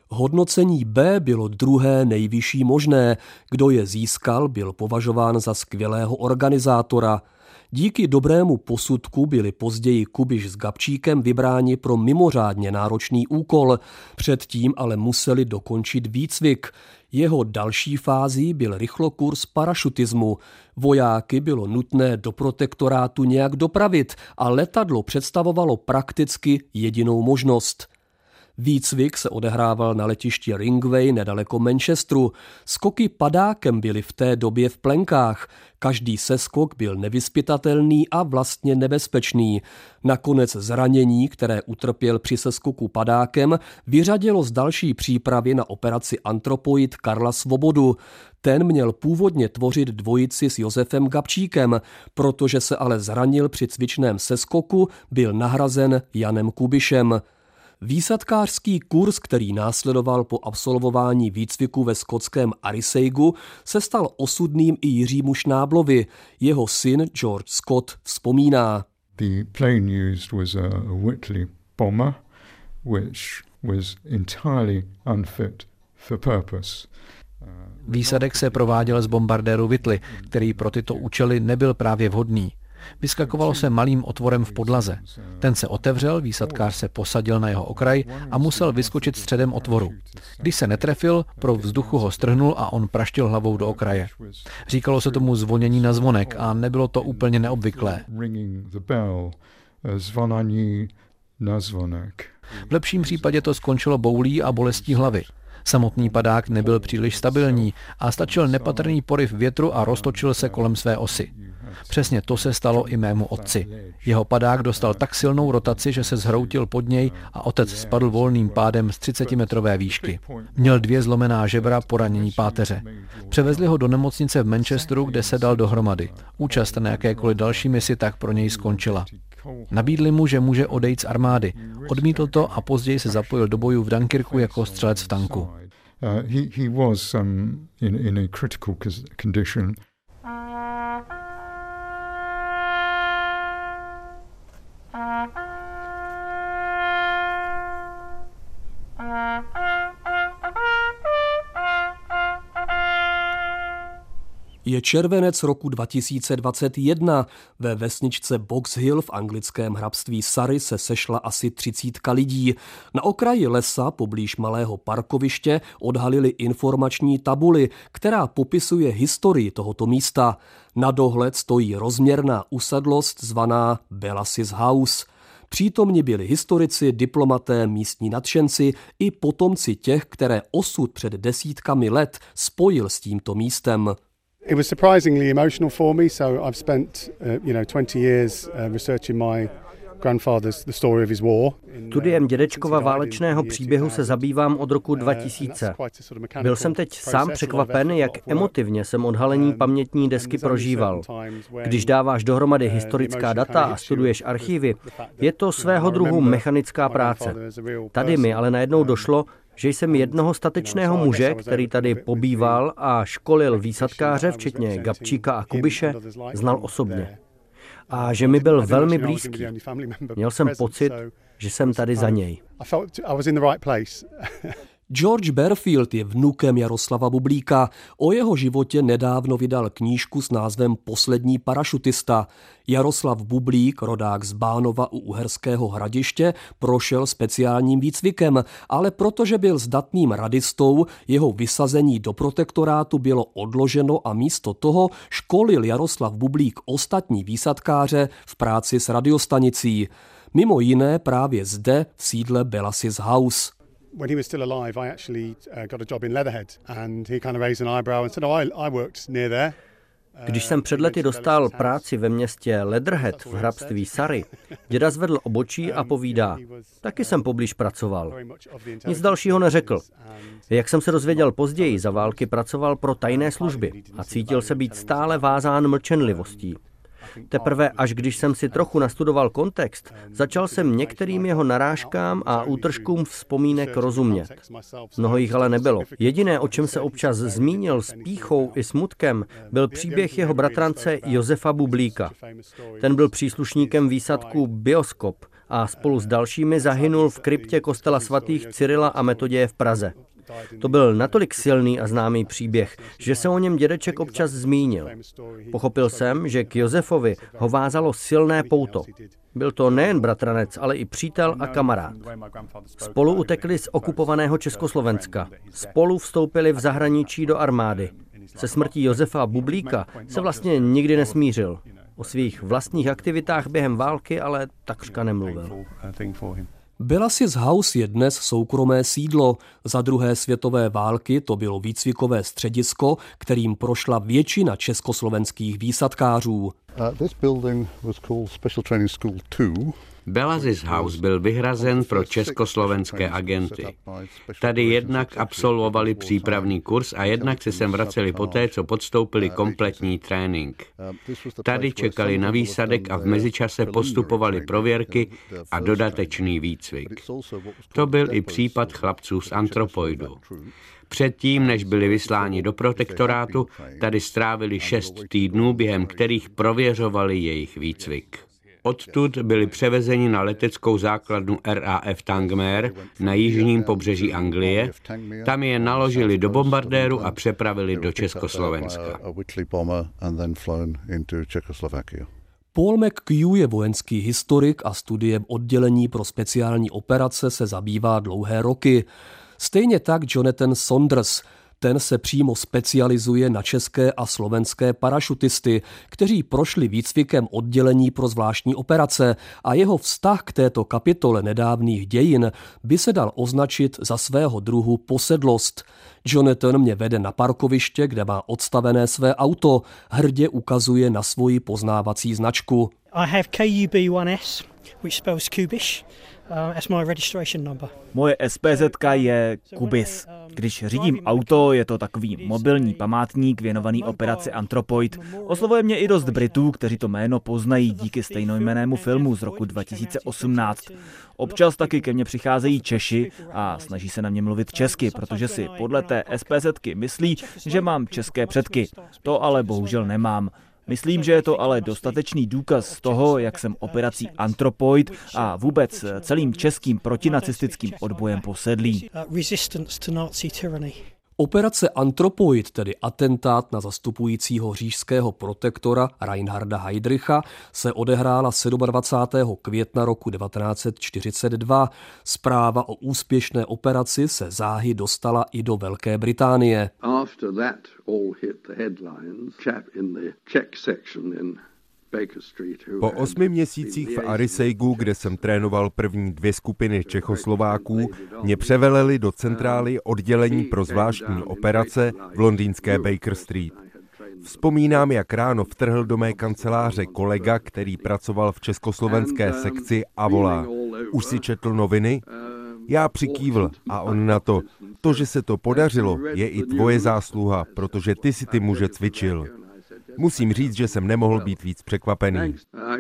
Hodnocení B bylo druhé nejvyšší možné. Kdo je získal, byl považován za skvělého organizátora. Díky dobrému posudku byli později Kubiš s Gabčíkem vybráni pro mimořádně náročný úkol. Předtím ale museli dokončit výcvik. Jeho další fází byl rychlokurs parašutismu. Vojáky bylo nutné do protektorátu nějak dopravit a letadlo představovalo prakticky jedinou možnost. Výcvik se odehrával na letišti Ringway nedaleko Manchesteru. Skoky padákem byly v té době v plenkách. Každý seskok byl nevyzpytatelný a vlastně nebezpečný. Nakonec zranění, které utrpěl při seskoku padákem, vyřadilo z další přípravy na operaci Antropoid Karla Svobodu. Ten měl původně tvořit dvojici s Josefem Gabčíkem, protože se ale zranil při cvičném seskoku, byl nahrazen Janem Kubišem. Výsadkářský kurz, který následoval po absolvování výcviku ve skotském Ariseigu, se stal osudným i Jiřímu Šnáblovi. Jeho syn George Scott vzpomíná. The plane used was a Whitley bomber, which was entirely unfit for purpose. Výsadek se prováděl z bombardéru Whitley, který pro tyto účely nebyl právě vhodný. Vyskakovalo se malým otvorem v podlaze. Ten se otevřel, výsadkář se posadil na jeho okraj a musel vyskočit středem otvoru. Když se netrefil, pro vzduchu ho strhnul a on praštil hlavou do okraje. Říkalo se tomu zvonění na zvonek a nebylo to úplně neobvyklé. V lepším případě to skončilo boulí a bolestí hlavy. Samotný padák nebyl příliš stabilní a stačil nepatrný poryv větru a roztočil se kolem své osy. Přesně to se stalo i mému otci. Jeho padák dostal tak silnou rotaci, že se zhroutil pod něj a otec spadl volným pádem z 30metrové výšky. Měl 2 zlomená žebra, poranění páteře. Převezli ho do nemocnice v Manchesteru, kde se dal dohromady. Účast na jakékoliv další misi tak pro něj skončila. Nabídli mu, že může odejít z armády. Odmítl to a později se zapojil do bojů v Dunkirku jako střelec v tanku. He was in a critical condition. Je červenec roku 2021. Ve vesničce Box Hill v anglickém hrabství Surrey se sešla asi 30 lidí. Na okraji lesa poblíž malého parkoviště odhalili informační tabuli, která popisuje historii tohoto místa. Na dohled stojí rozměrná usedlost zvaná Bellasis House. Přítomni byli historici, diplomaté, místní nadšenci i potomci těch, které osud před desítkami let spojil s tímto místem. It was surprisingly emotional for me, so I've spent 20 years researching my grandfather's the story of his war. Studiem dědečkova válečného příběhu se zabývám od roku 2000. Byl jsem teď sám překvapen, jak emotivně jsem odhalení pamětní desky prožíval. Když dáváš dohromady historická data a studuješ archívy, je to svého druhu mechanická práce. Tady mi ale najednou došlo, že jsem jednoho statečného muže, který tady pobýval a školil výsadkáře, včetně Gabčíka a Kubiše, znal osobně. A že mi byl velmi blízký. Měl jsem pocit, že jsem tady za něj. George Bearfield je vnukem Jaroslava Bublíka. O jeho životě nedávno vydal knížku s názvem Poslední parašutista. Jaroslav Bublík, rodák z Bánova u Uherského Hradiště, prošel speciálním výcvikem, ale protože byl zdatným radistou, jeho vysazení do protektorátu bylo odloženo a místo toho školil Jaroslav Bublík ostatní výsadkáře v práci s radiostanicí. Mimo jiné právě zde v sídle Bellasis House. When he was still alive, I actually got a job in Leatherhead, and he kind of raised an eyebrow and said, I worked near there. Když jsem před lety dostal práci ve městě Leatherhead v hrabství Surrey, děda zvedl obočí a povídá, taky jsem poblíž pracoval. Nic dalšího neřekl. Jak jsem se dozvěděl později, za války pracoval pro tajné služby a cítil se být stále vázán mlčenlivostí. Teprve až když jsem si trochu nastudoval kontext, začal jsem některým jeho narážkám a útržkům vzpomínek rozumět. Mnoho jich ale nebylo. Jediné, o čem se občas zmínil s pýchou i smutkem, byl příběh jeho bratrance Josefa Bublíka. Ten byl příslušníkem výsadku Bioskop a spolu s dalšími zahynul v kryptě kostela svatých Cyrila a Metoděje v Praze. To byl natolik silný a známý příběh, že se o něm dědeček občas zmínil. Pochopil jsem, že k Josefovi ho vázalo silné pouto. Byl to nejen bratranec, ale i přítel a kamarád. Spolu utekli z okupovaného Československa. Spolu vstoupili v zahraničí do armády. Se smrtí Josefa Bublíka se vlastně nikdy nesmířil. O svých vlastních aktivitách během války ale takřka nemluvil. Bellasis House je dnes soukromé sídlo. Za druhé světové války to bylo výcvikové středisko, kterým prošla většina československých výsadkářů. Bellasis House byl vyhrazen pro československé agenty. Tady jednak absolvovali přípravný kurz a jednak se sem vraceli poté, co podstoupili kompletní trénink. Tady čekali na výsadek a v mezičase postupovali prověrky a dodatečný výcvik. To byl i případ chlapců z Antropoidu. Předtím, než byli vysláni do protektorátu, tady strávili 6 týdnů, během kterých prověřovali jejich výcvik. Odtud byli převezeni na leteckou základnu RAF Tangmere na jižním pobřeží Anglie. Tam je naložili do bombardéru a přepravili do Československa. Paul McHugh je vojenský historik a studiem oddělení pro speciální operace se zabývá dlouhé roky. Stejně tak Jonathan Saunders. Ten se přímo specializuje na české a slovenské parašutisty, kteří prošli výcvikem oddělení pro zvláštní operace a jeho vztah k této kapitole nedávných dějin by se dal označit za svého druhu posedlost. Jonathan mě vede na parkoviště, kde má odstavené své auto, hrdě ukazuje na svoji poznávací značku. I have KUB1S, which spells Kubish. That's my registration number. Moje SPZ je Kubis. Když řídím auto, je to takový mobilní památník věnovaný operaci Antropoid. Oslovuje mě i dost Britů, kteří to jméno poznají díky stejnojmennému filmu z roku 2018. Občas taky ke mně přicházejí Češi a snaží se na mě mluvit česky, protože si podle té SPZky myslí, že mám české předky. To ale bohužel nemám. Myslím, že je to ale dostatečný důkaz toho, jak jsem operací Antropoid a vůbec celým českým protinacistickým odbojem posedlý. Operace Antropoid, tedy atentát na zastupujícího říšského protektora Reinharda Heydricha, se odehrála 27. května roku 1942. Zpráva o úspěšné operaci se záhy dostala i do Velké Británie. Po 8 měsících v Ariseigu, kde jsem trénoval první 2 skupiny Čechoslováků, mě převeleli do centrály oddělení pro zvláštní operace v londýnské Baker Street. Vzpomínám, jak ráno vtrhl do mé kanceláře kolega, který pracoval v československé sekci a volá: "Už si četl noviny?" Já přikývl a on na to: "To, že se to podařilo, je i tvoje zásluha, protože ty si ty muže cvičil." Musím říct, že jsem nemohl být víc překvapený.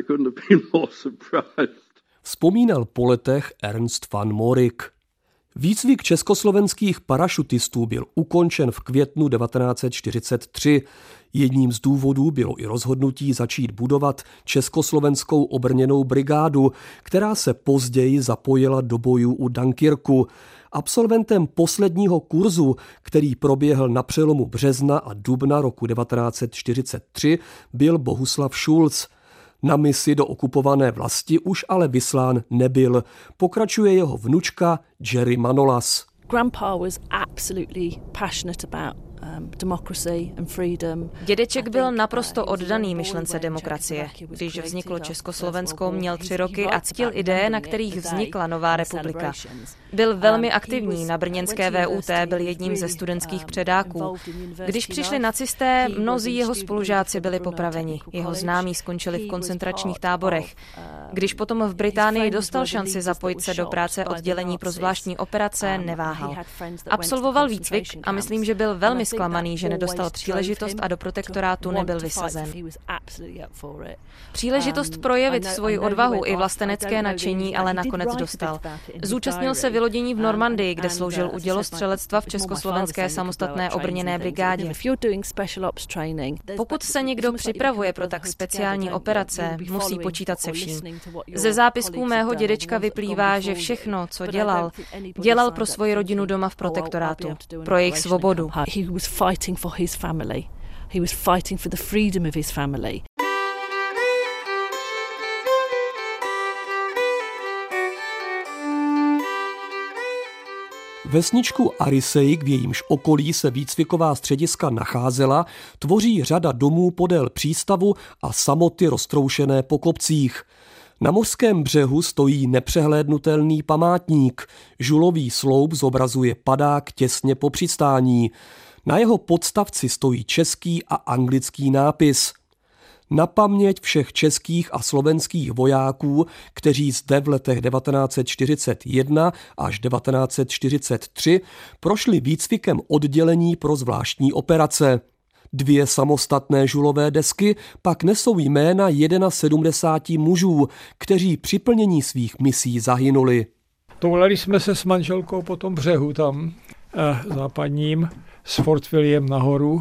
Vzpomínal po letech Ernst van Morik. Výcvik československých parašutistů byl ukončen v květnu 1943. Jedním z důvodů bylo i rozhodnutí začít budovat československou obrněnou brigádu, která se později zapojila do bojů u Dunkirku. Absolventem posledního kurzu, který proběhl na přelomu března a dubna roku 1943, byl Bohuslav Schulz. Na misi do okupované vlasti už ale vyslán nebyl. Pokračuje jeho vnučka Jerry Manolas. Grandpa was absolutely passionate about democracy and freedom. Dědeček byl naprosto oddaný myšlence demokracie. Když vzniklo Československo, měl 3 roky a ctil ideje, na kterých vznikla nová republika. Byl velmi aktivní, na brněnské VUT byl jedním ze studentských předáků. Když přišli nacisté, mnozí jeho spolužáci byli popraveni. Jeho známí skončili v koncentračních táborech. Když potom v Británii dostal šanci zapojit se do práce oddělení pro zvláštní operace, neváhal. Absolvoval výcvik a myslím, že byl velmi zklamán, zklamaný, že nedostal příležitost a do protektorátu nebyl vysazen. Příležitost projevit svoji odvahu i vlastenecké nadšení ale nakonec dostal. Zúčastnil se vylodění v Normandii, kde sloužil u dělostřelectva v československé samostatné obrněné brigádě. Pokud se někdo připravuje pro tak speciální operace, musí počítat se vším. Ze zápisků mého dědečka vyplývá, že všechno, co dělal, dělal pro svoji rodinu doma v protektorátu, pro jejich svobodu. Vesničku Arisejk, v jejímž okolí se výcviková střediska nacházela, tvoří řada domů podél přístavu a samoty roztroušené po kopcích. Na mořském břehu stojí nepřehlédnutelný památník. Žulový sloup zobrazuje padák těsně po přistání. Na jeho podstavci stojí český a anglický nápis. Na paměť všech českých a slovenských vojáků, kteří zde v letech 1941 až 1943 prošli výcvikem oddělení pro zvláštní operace. 2 samostatné žulové desky pak nesou jména 71 mužů, kteří při plnění svých misí zahynuli. Toulali jsme se s manželkou po tom břehu tam západním s Fort William nahoru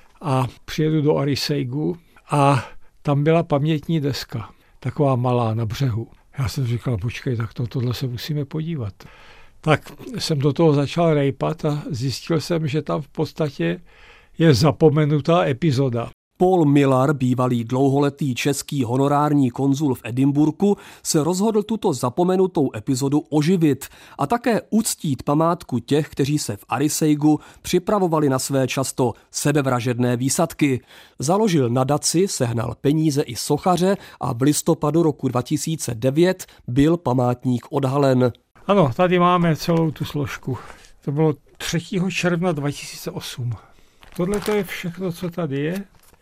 a přijedu do Arisejku a tam byla pamětní deska, taková malá na břehu. Já jsem říkal, počkej, tak tohle se musíme podívat. Tak jsem do toho začal rejpat a zjistil jsem, že tam v podstatě je zapomenutá epizoda. Paul Millar, bývalý dlouholetý český honorární konzul v Edinburghu, se rozhodl tuto zapomenutou epizodu oživit a také uctít památku těch, kteří se v Arisejku připravovali na své často sebevražedné výsadky. Založil nadaci, sehnal peníze i sochaře a v listopadu roku 2009 byl památník odhalen. Ano, tady máme celou tu složku. To bylo 3. června 2008. Tohle to je všechno, co tady je.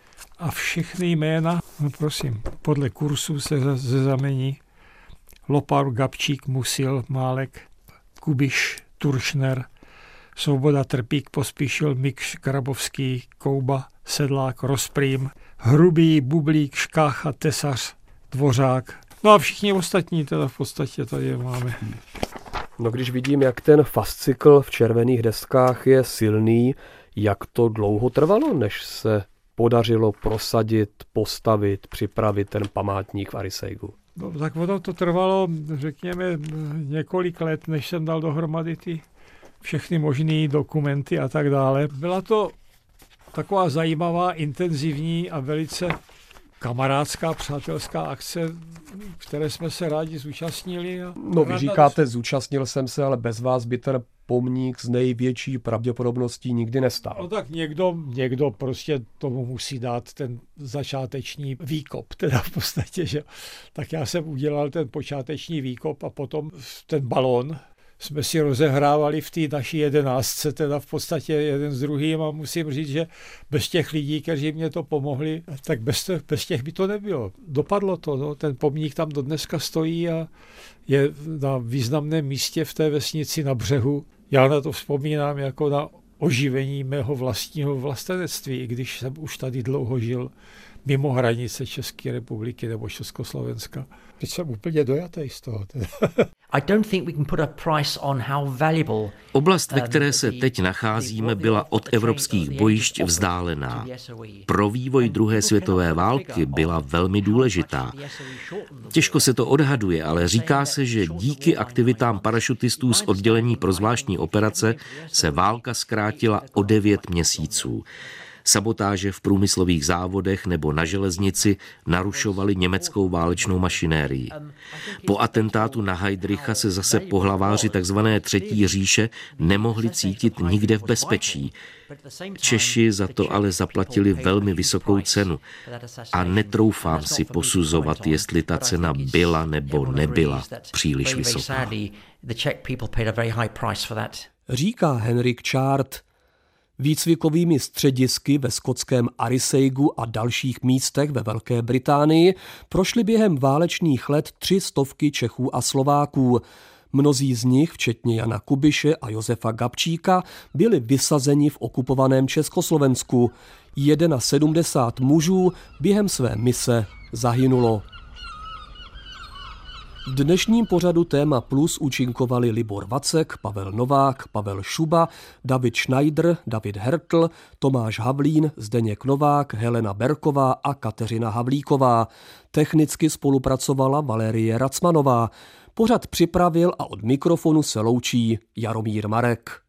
A všechny jména, no prosím, podle kursů se znamení Lopar, Gabčík, Musil, Málek, Kubiš, Turšner, Svoboda, Trpík, Pospíšil, Mikš, Grabovský, Kouba, Sedlák, Rozprým, Hrubý, Bublík, Škácha, Tesař, Dvořák. No a všichni ostatní teda v podstatě tady máme. No když vidím, jak ten fascikl v červených deskách je silný, jak to dlouho trvalo, než se podařilo prosadit, postavit, připravit ten památník v Arisejku? No, tak ono to trvalo, řekněme, několik let, než jsem dal dohromady ty všechny možné dokumenty a tak dále. Byla to taková zajímavá, intenzivní a velice kamarádská, přátelská akce, které jsme se rádi zúčastnili. No vy říkáte, zúčastnil jsem se, ale bez vás by ten pomník s největší pravděpodobností nikdy nestál. No tak někdo prostě tomu musí dát ten začáteční výkop, teda v podstatě, že tak já jsem udělal ten počáteční výkop a potom ten balón jsme si rozehrávali v té naší 11, teda v podstatě jeden s druhým a musím říct, že bez těch lidí, kteří mě to pomohli, tak bez těch by to nebylo. Dopadlo to, no. Ten pomník tam dodneska stojí a je na významném místě v té vesnici na břehu. Já na to vzpomínám jako na oživení mého vlastního vlastenectví, i když jsem už tady dlouho žil mimo hranice České republiky nebo Československa. Teď jsem úplně dojatý z toho. Oblast, ve které se teď nacházíme, byla od evropských bojišť vzdálená. Pro vývoj druhé světové války byla velmi důležitá. Těžko se to odhaduje, ale říká se, že díky aktivitám parašutistů z oddělení pro zvláštní operace se válka zkrátila o 9 měsíců. Sabotáže v průmyslových závodech nebo na železnici narušovaly německou válečnou mašinérii. Po atentátu na Heydricha se zase pohlaváři tzv. Třetí říše nemohli cítit nikde v bezpečí. Češi za to ale zaplatili velmi vysokou cenu a netroufám si posuzovat, jestli ta cena byla nebo nebyla příliš vysoká. Říká Henrik Chart. Výcvikovými středisky ve skotském Arisejku a dalších místech ve Velké Británii prošly během válečných let 300 Čechů a Slováků. Mnozí z nich, včetně Jana Kubiše a Josefa Gabčíka, byli vysazeni v okupovaném Československu. 71 mužů během své mise zahynulo. V dnešním pořadu Téma Plus účinkovali Libor Vacek, Pavel Novák, Pavel Šuba, David Schneider, David Hertl, Tomáš Havlín, Zdeněk Novák, Helena Berková a Kateřina Havlíková. Technicky spolupracovala Valérie Racmanová. Pořad připravil a od mikrofonu se loučí Jaromír Marek.